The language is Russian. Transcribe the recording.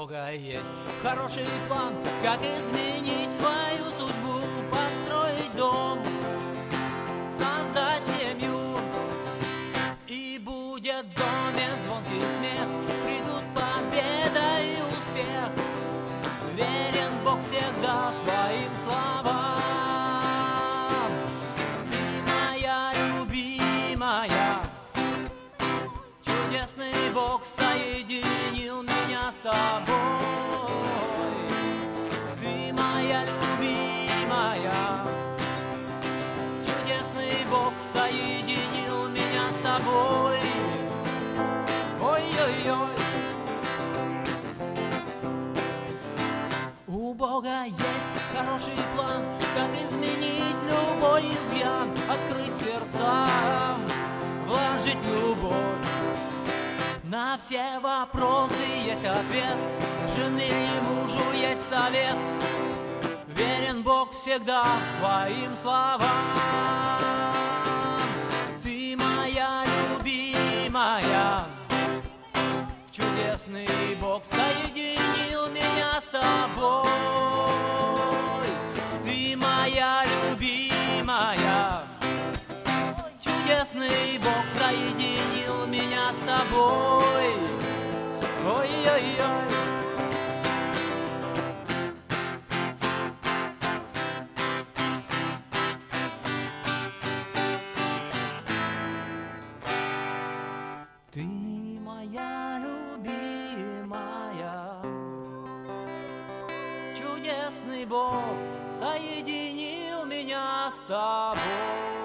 Бога есть хороший план, как изменить твою судьбу, построить дом, создать семью. И будет в доме звонкий смех, придут победа и успех. Верен Бог всегда своим словам. Ты моя любимая, чудесный Бог соединил меня с тобой. Ты моя любимая, чудесный Бог соединил меня с тобой. Ой-ой-ой. У Бога есть хороший план, как изменить любой изъян, открыть сердца, вложить любовь. На все вопросы есть ответ, жене и мужу есть совет. Верен Бог всегда своим словам. Ты моя любимая, чудесный Бог соединил меня с тобой. Ты моя любимая, чудесный Бог соединил меня с тобой. Ой-ой-ой. Ты моя любимая, чудесный Бог соединил меня с тобой.